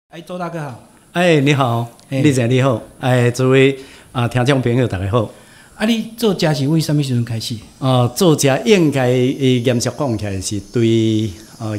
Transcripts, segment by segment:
周大哥好。 你好，丽姐你好，诸位听众朋友大家好。 你做家是为什么时阵开始？ 做家应该严肃讲起来是对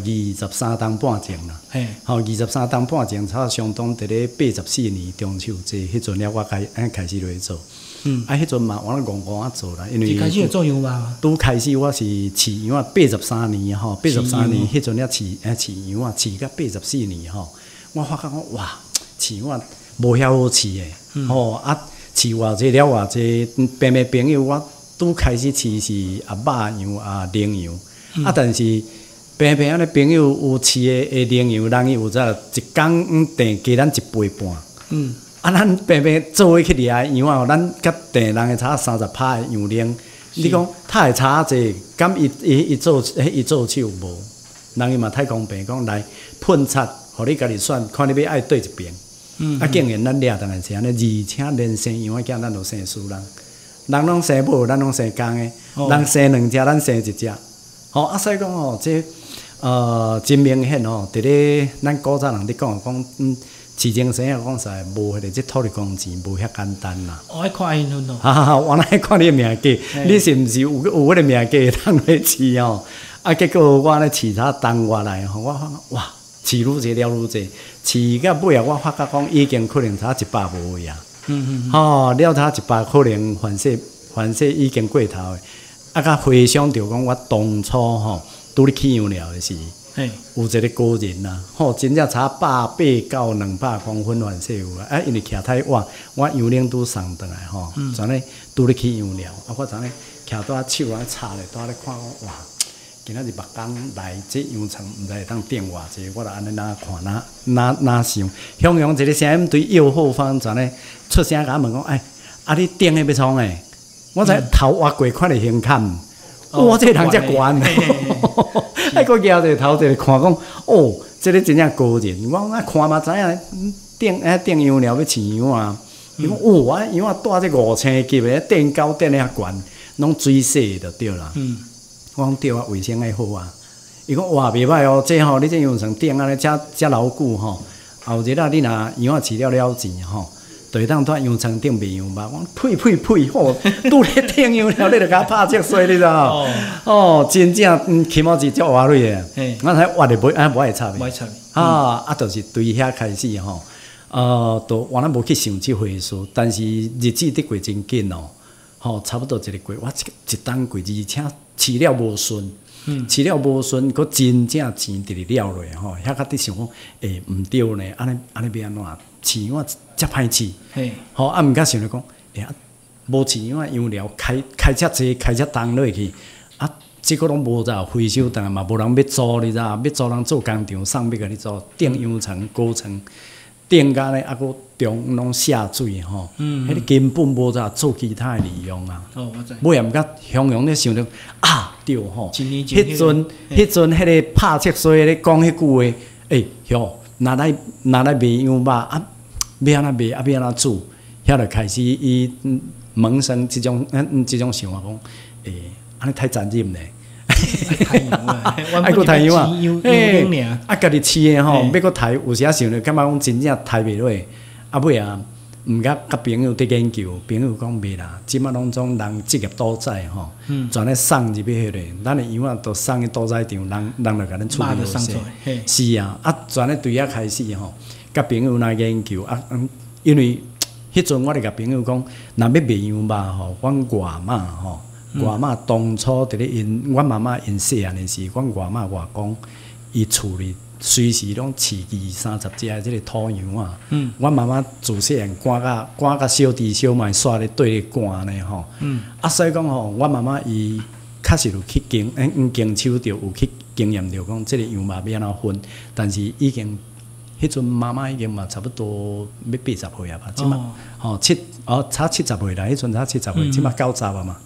23当半前啦。23当半前，差相当伫咧84年中秋节迄阵了，我开始落去做。迄阵嘛，我戆戆做啦，因为一开始有做羊肉吗？ 拄开始我是饲羊83年吼，83年迄阵了饲羊啊，饲到84年吼，我发觉讲哇，饲羊无遐好饲诶，饲偌济了偌济，平朋友我拄开始饲是肉羊羚羊，但是平仔的朋友有饲诶羚羊，人伊有则一工订加咱1倍半。咱平做伙去掠羊啊，咱甲订人诶差30%诶羊龄，你讲他会差济，敢伊做手无？人伊嘛太公平，讲来喷漆，互你家己选，看你要爱对一边。竟然咱掠当然是安尼，而且连生羊仔囝咱都生输人，人拢生母，咱拢生公诶，人生2只，咱生1只。所以讲这真明显伫咧咱古早人咧讲饲精生啊，讲实在无迄个这土地公钱无遐简单啦。 爱看因咯。 我哪爱看你命价？你是毋是有迄个命价通来饲哦？结果我咧饲啥当我来我发觉哇，饲愈济了愈济，饲到尾我发觉讲已经可能差100无位啊。了差100可能凡世已经过头诶。甲回想着讲我当初拄咧起羊了诶时。有一个高人呐，真正差180到200公分完世有啊！因为徛太晚，我羊铃拄送转来昨日拄咧去羊了，我昨日徛在手插咧，在咧看哇！今仔日目光来这羊场，毋知会当订偌济，我著安尼哪看哪想，向阳一个声音对右后方昨日出声甲我问讲，你订诶要创诶？我才头挖过看咧胸坎，哇！这人遮悬。佫摇者头者看讲，这个真正高人。我看嘛知影，订羊了要饲羊啊。伊讲，我羊啊带这5000级的，订高订遐悬，拢水洗就对啦。我讲对啊，卫生爱好啊。伊讲哇，袂歹哦，这你这羊场订安尼遮牢固后日你若羊啊饲了钱就会当在羊场顶卖羊肉。我呸！拄咧订羊了，你著甲我拍遮衰，你知道？真正起码是足活瑞诶。我才活咧无爱插诶。就是对遐开始都原来无去想即回事，但是日子得过真紧差不多一个月，我一冬过，而且饲了无顺，佫真正钱直直了落遐较得想讲，毋对呢，安尼要安怎？饲羊遮歹饲，毋敢想着讲，无饲羊了开遮济，开遮重落去，即个拢无咋回收单嘛，无人要租你知？要租人做工厂，送要甲你租，订羊床、高床，订甲咧佫中拢下水迄个根本无咋做其他诶利用啊。 我知。 尾也毋敢向阳咧想着对迄阵迄个拍切衰咧讲迄句话，若来卖羊肉要安怎卖要安怎煮，遐就开始伊萌生即种想法讲，安尼太残忍咧。 爱佫刣羊啊， 家己饲诶要佫刣，有时想着感觉讲真正刣袂落，尾毋甲朋友伫研究，朋友讲袂啦，即摆拢总人职业屠宰全咧送入去迄个，咱诶羊都送去屠宰场，人就甲咱处理好势。是啊，全咧对遐开始甲朋友来研究因为迄阵我咧甲朋友讲，若要卖羊肉阮外妈当初伫咧阮妈妈因细汉诶时，阮外妈外公伊厝里随时拢饲20-30只诶即个土羊啊。阮妈妈自细汉赶甲小弟小妹煞咧对咧赶呢所以讲阮妈妈伊确实有去经手着有去经验着讲，即个羊肉要安怎分，但是已经。迄阵妈妈已经嘛差不多要80岁啊吧，即马差70岁啦，迄阵差70岁，即马90啊嘛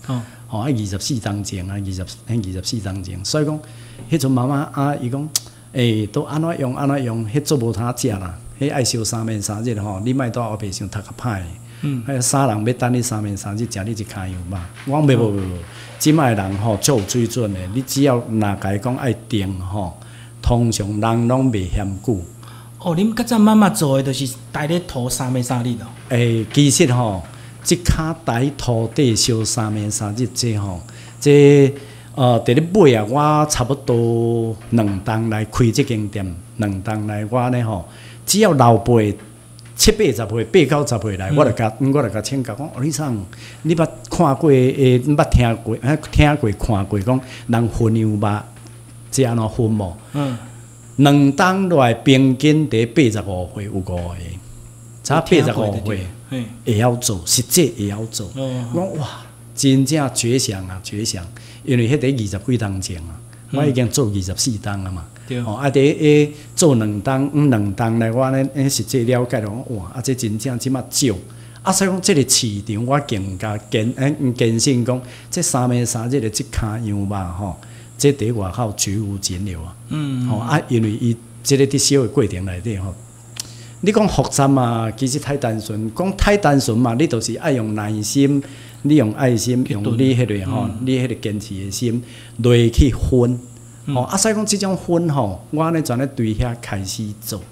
，24当前啊，24当前，所以讲迄阵妈妈伊讲都安怎用，迄做无通食啦，迄爱烧3暝3日你莫蹛后壁想读较歹迄3人要等你3暝3日食你一骹羊肉，我讲无，即马诶人足有水准诶，你只要若家讲爱订通常人拢袂嫌久。 哦，恁较早妈妈做的，就是台咧涂三暝三日咯。 其实即骹台土地烧三暝三日这伫咧尾啊，我差不多2档来开即间店，2档来我呢只要老辈7、80岁、8、90岁来，我就甲请教讲，李生，你捌看过捌听过看过讲人分羊肉是安怎分无？2档落来平均伫85岁有5个，差85岁会晓做，实际会晓做。我讲哇，真正绝响啊，绝响！因为迄个20几档前啊，我已经做24档啊嘛。伫做2档来，我呢实际了解了，哇！这真正即马少。所以讲，这个市场我更加坚信讲，这三暝三日的即骹羊肉这伫外口绝无仅有啊。因为伊这个伫烧的过程内底你讲复杂嘛，其实太单纯。讲太单纯嘛，你就是爱用耐心，你用爱心，用你迄个你迄个坚持的心落去分。所以讲即种分我呢全咧对遐开始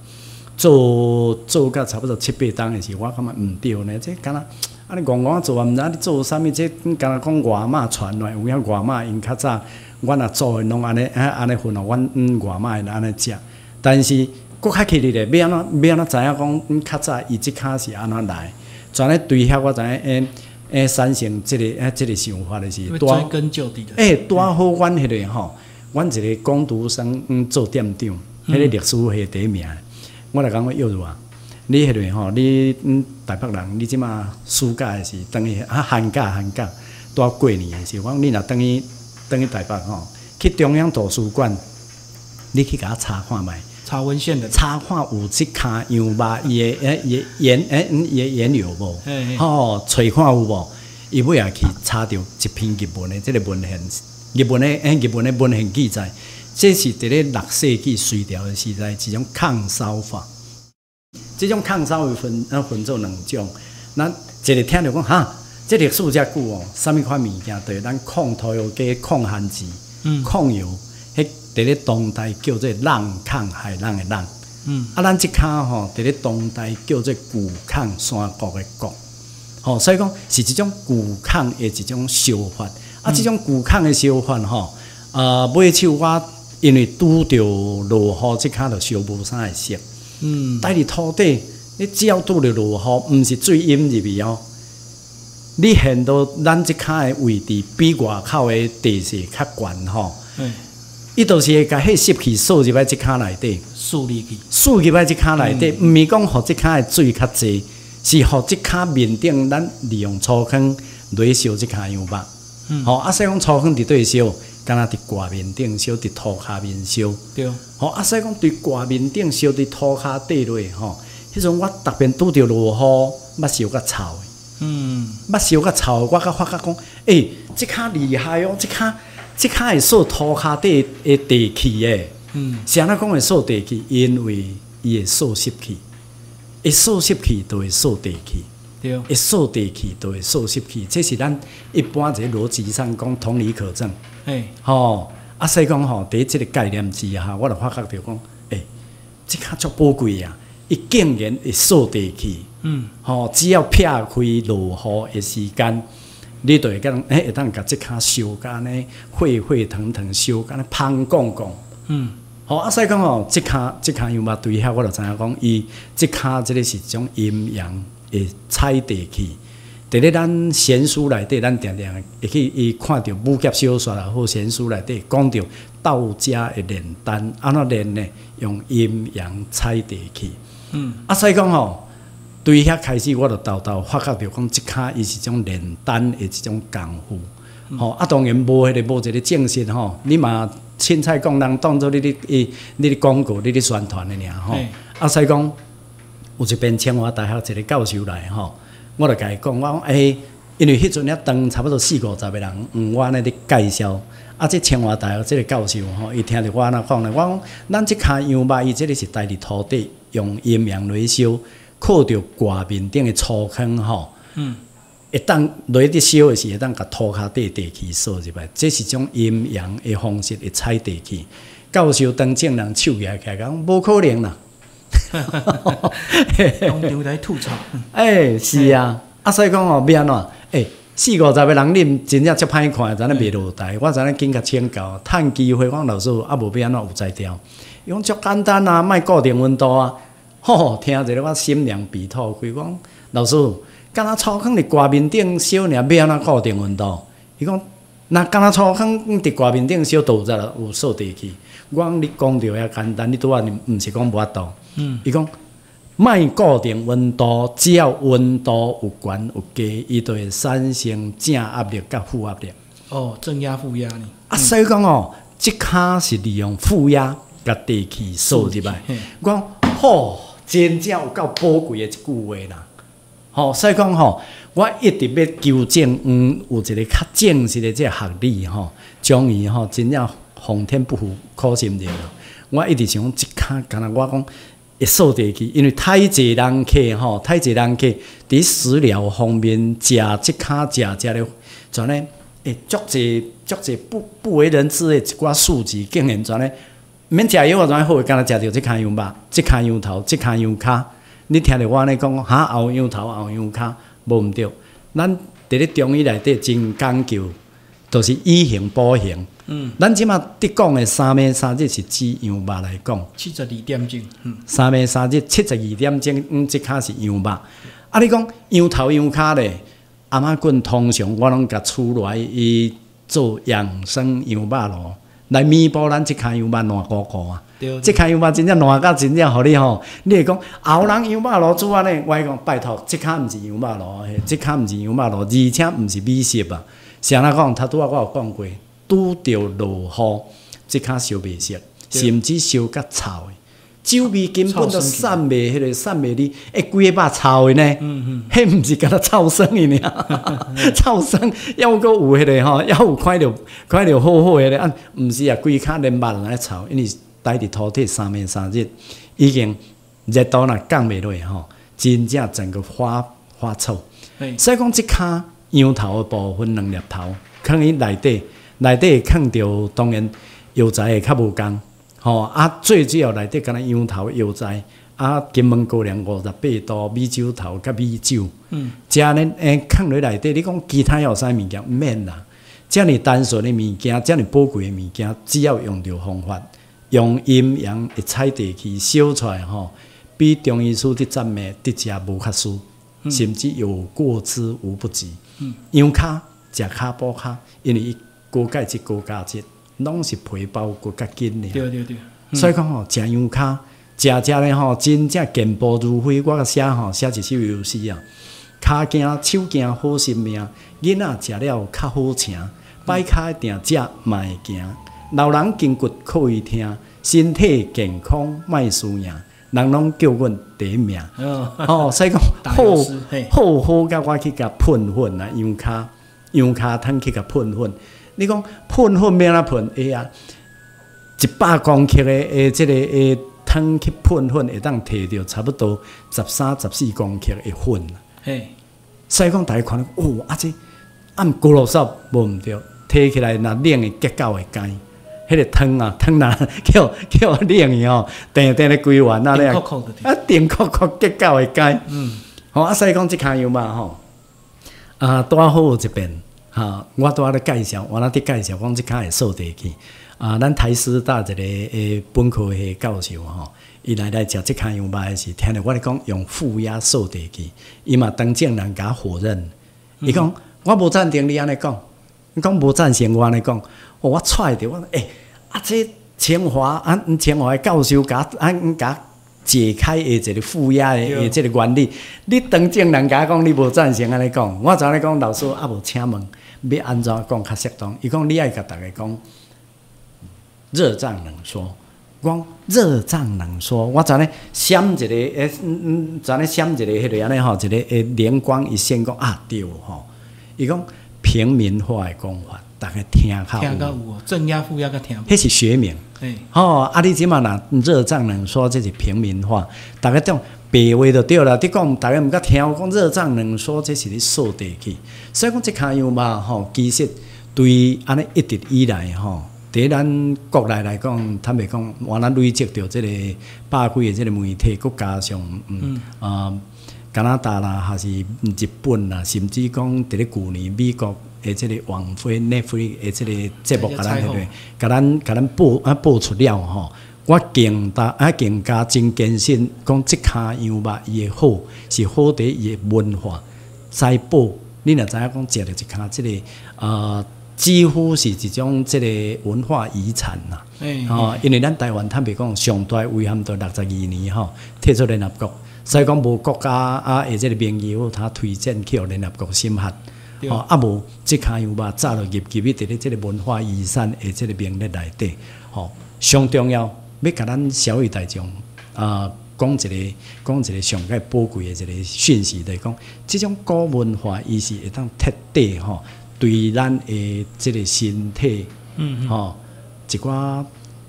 做到差不多7、8档的时候，我感觉毋对呢。这敢若安尼戆做，毋知你做啥物？这敢若讲外妈传来，有影外妈因较早，阮也做的拢安尼分阮外妈会安尼食。但是搁较起哩咧，要安怎知影讲较早伊即骹是安怎来？全咧对遐我知影产生即个想法的是追根究底的。 带好阮迄个阮一个工读生做店长，迄个历史系第一名。我来讲，我幼儿啊，你迄个你台北人，你即马暑假的是等于寒假拄过年的时候，你若等于台北去中央图书馆，你去甲我查看觅。 查文献的。 查看有即骹羊肉伊的原有无？找看有无？伊尾也去查着一篇日文的即个文献。日本的文献记载，这是伫咧6世纪隋朝的时代一种抗烧法。这种抗烧会分做2种。咱一个听着讲哈，这历史遮久啥物款物件对咱抗涂油加抗旱治、抗油，迄伫咧当代叫做浪抗海浪的浪。咱即骹伫咧当代叫做古抗山谷的谷。所以讲是一种古抗的一种烧法。即种古抗的烧法买手我因为拄着落雨，即骹就烧无啥会熟。待伫土地，你只要拄着落雨，毋是水淹入去你现到咱即骹的位置比外口的地势较悬伊就是会甲迄湿气扫入来即骹内底， 扫入来即骹内底，毋是讲互即骹的水较济，是互即骹面顶咱利用粗糠来烧即骹羊肉。所以讲粗糠伫对烧，敢若伫挂面顶烧，伫涂骹面烧。 对。 所以讲伫挂面顶烧，伫涂骹底落迄阵我逐遍拄着落雨，捌烧甲臭的。捌烧甲臭的，我甲发觉讲，即骹厉害哦！即骹会扫涂骹底的地气诶。是安怎讲会扫地气？因为伊会扫湿气，会扫湿气就会扫地气。会扫地气，就会扫湿气，这是咱一般一个逻辑上讲同理可证。所以讲伫即个概念之下，我就发觉着讲，即骹足宝贵啊！伊竟然会扫地气。只要撇开落雨的时间，你就会当甲即骹烧甲呢，沸腾腾烧甲呢，芳光光。所以讲即骹羊肉对遐，我就知影讲，伊即骹即个是一种阴阳的采地气。伫咧咱闲书内底，咱定定会去看到武侠小说也好，闲书内底讲到道家的炼丹，安怎炼呢？用阴阳采地气。所以讲对遐开始，我就豆发觉着讲，即骹伊是一种炼丹的一种功夫。当然无一个正式你嘛凊彩讲人当做你的广告、你的宣传的尔所以讲有一边清华大学一个教授来我就甲伊讲，我讲因为迄阵遐长差不多40-50个人，我安尼咧介绍。即清华大学即个教授伊听着我安尼讲咧，我讲咱即骹羊肉伊即个是待伫土地，用阴阳来烧，靠着挂面顶的粗糠会当落伫烧的时，会当甲涂骹底地气扫入来，这是种阴阳的方式，会采地气。教授当正人手举起来讲，无可能啦， 当场在吐槽。 是啊，所以讲哦，要安怎？40-50个人啉，真正足歹看，真诶袂落台。我真诶紧甲请教，趁机会讲老师啊，无要安怎有才调？伊讲足简单啊，莫固定温度啊。听者我心凉鼻吐开。讲老师，敢若草坑伫挂面顶烧尔，要安怎固定温度？伊讲，若敢若草坑伫挂面顶烧，都有扫地机。我讲你讲着遐简单，你拄仔毋是讲无法度。伊讲。莫固定温度，只要温度有悬有低，伊就会产生正压力甲负压力。 正压负压呢？ 所以讲即骹是利用负压甲地气扫入来。我讲真正有够宝贵的一句话啦。所以讲我一直要纠正，有一个较正式的这个学理将伊真正皇天不负苦心人。我一直想讲即骹，敢若我讲。会扫地机，因为太侪人客伫食疗方面食即骹食了，全咧足侪不为人知的一寡数字，竟然全咧免食药，全好，敢若食着即骹羊肉、即骹羊头、即骹羊骹。你听着我安尼讲，后羊头、后羊骹，无毋对。咱伫咧中医内底真讲究，就是以形补形。咱即马得讲的3暝3日是指羊肉来讲 ，72点钟 ，3暝3日72点钟，即骹是羊肉。你讲羊头羊骹咧，阿妈棍通常我拢甲厝来伊做养生羊肉咯，来弥补咱即骹羊肉烂糊糊啊。即骹羊肉真正烂甲真正互你你会讲后人羊肉炉煮安尼，我讲拜托，即骹毋是羊肉炉，即骹毋是羊肉炉，而且毋是美食啊。谁人讲？拄仔我有讲过。拄着落雨，即骹烧袂熟，甚至烧甲臭的，酒味根本都散袂，散袂哩，规个肉臭的呢。迄毋是敢若臭酸的尔，臭酸要阁有迄个要有看着好好的毋是啊，规骹连肉来臭，因为待伫土地3暝3日，已经热度若降袂落真正整个发臭。所以讲即骹羊头的部分2粒头，放伊内底放着当然药材会较无共，最主要内底敢若羊头药材，金门高粱58度，米酒头甲米酒，遮呢放落内底，你讲其他有啥物件毋免啦，遮尔单纯的物件，遮尔宝贵的物件，只要用着方法，用阴阳的采地气烧出来比中医师伫赞美伫遮无较输，甚至有过之无不及。羊骹食骹补骹，因为伊高钙质、高价值，拢是皮包骨较紧的。 对。 所以讲食羊骹，食咧真正健步如飞。我写一首有诗啊，骹行手行好性命，囡仔食了较好请，摆骹定食嘛会行，老人筋骨可以听，身体健康莫输赢，人拢叫阮第一名。所以讲好甲我去甲喷粉啊，羊骹通去甲喷粉。你讲喷粉要安怎喷？啊，100公克的这个汤去喷粉，会当摕到差不多13、14公克的粉。所以讲大家看，这高垃圾无毋对，摕起来若冷的结构会干。迄个汤若叫冷的定咧规碗咧，定壳结构会干。所以讲即骹羊肉拄好有一遍。我拄仔咧介绍，我咧介绍讲即骹会扫地机。咱台师大一个本科系教授伊来食即骹羊肉的时，听着我咧讲用负压扫地机，伊嘛当正人甲否认。伊讲我无赞成你安尼讲，你讲无赞成我安尼讲，我踹着我这清华的教授甲解开的一个负压的这个原理，你当正人甲讲你无赞成安尼讲，我就安尼讲老师无请问。要安怎讲较适当？伊讲你爱甲大家讲热胀冷缩，讲热胀冷缩，我昨日闪一个昨日闪一个迄个安尼一个灵光一现讲对伊讲平民化的讲法，大家听较有正压负压甲听， 迄是学名。你即马若热胀冷缩，这是平民化，大家种。白话就对啦，你讲大家毋甲听，我讲热胀冷缩，这是咧扫地机。所以讲即骹羊肉其实对安尼一直以来伫咱国内来讲，坦白讲，我咱累积到即个百几个即个媒体，佮加上加拿大啦，还是日本啦，甚至讲伫咧旧年美国的即个王菲 Netflix 的即个节目，甲咱播出了吼。我更加真坚信，讲即骹羊肉伊的好，是好伫伊的文化再保。你若知影讲食着一骹即个几乎是一种即个文化遗产啦。因为咱台湾坦白讲，上大遗憾到62年吼，退出联合国，所以讲无国家的即个名誉他推荐去互联合国审核。无即骹羊肉早就入伫咧即个文化遗产的即个名列内底。上重要。要甲咱社会大众讲一个上界宝贵的一个讯息，就是讲，即种古文化伊是会当彻底对咱的即个身体，一寡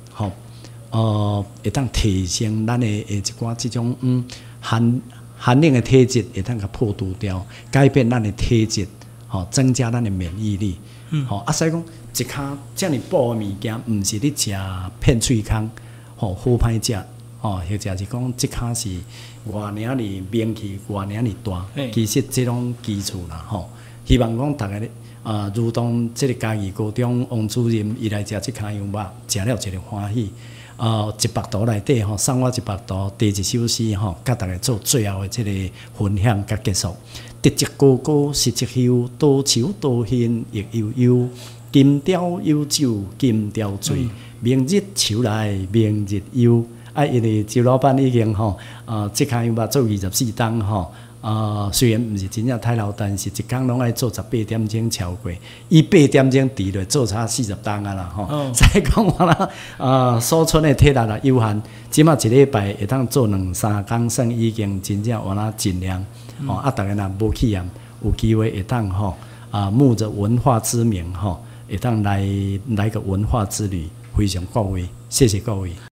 会当提升咱的一寡即种寒冷的体质，会当甲破除掉，改变咱的体质，增加咱的免疫力。所以讲一骹遮尔补的物件，毋是你食骗喙空。好歹食，或者是讲即骹是偌尔名气，偌尔大，其实即种基础啦，希望讲大家如同即个嘉义高中王主任伊来食即骹羊肉，食了一个欢喜。100图内底送我100图，第一首诗甲大家做最后的即个分享甲结束。得一高高失一休，多愁多恨亦悠悠。金雕有酒金雕醉，明日愁来明日忧。因为周老板已经即骹羊肉做24档虽然毋是真正太老，但是一工拢爱做18点钟超过，伊8点钟除落做差40档啊啦所以讲我啦所存的体力啦有限，即马一礼拜会当做2-3工，算已经真正我啦尽量大家若无去验，有机会会当慕着文化之名会当来个文化之旅，非常各位，谢谢各位。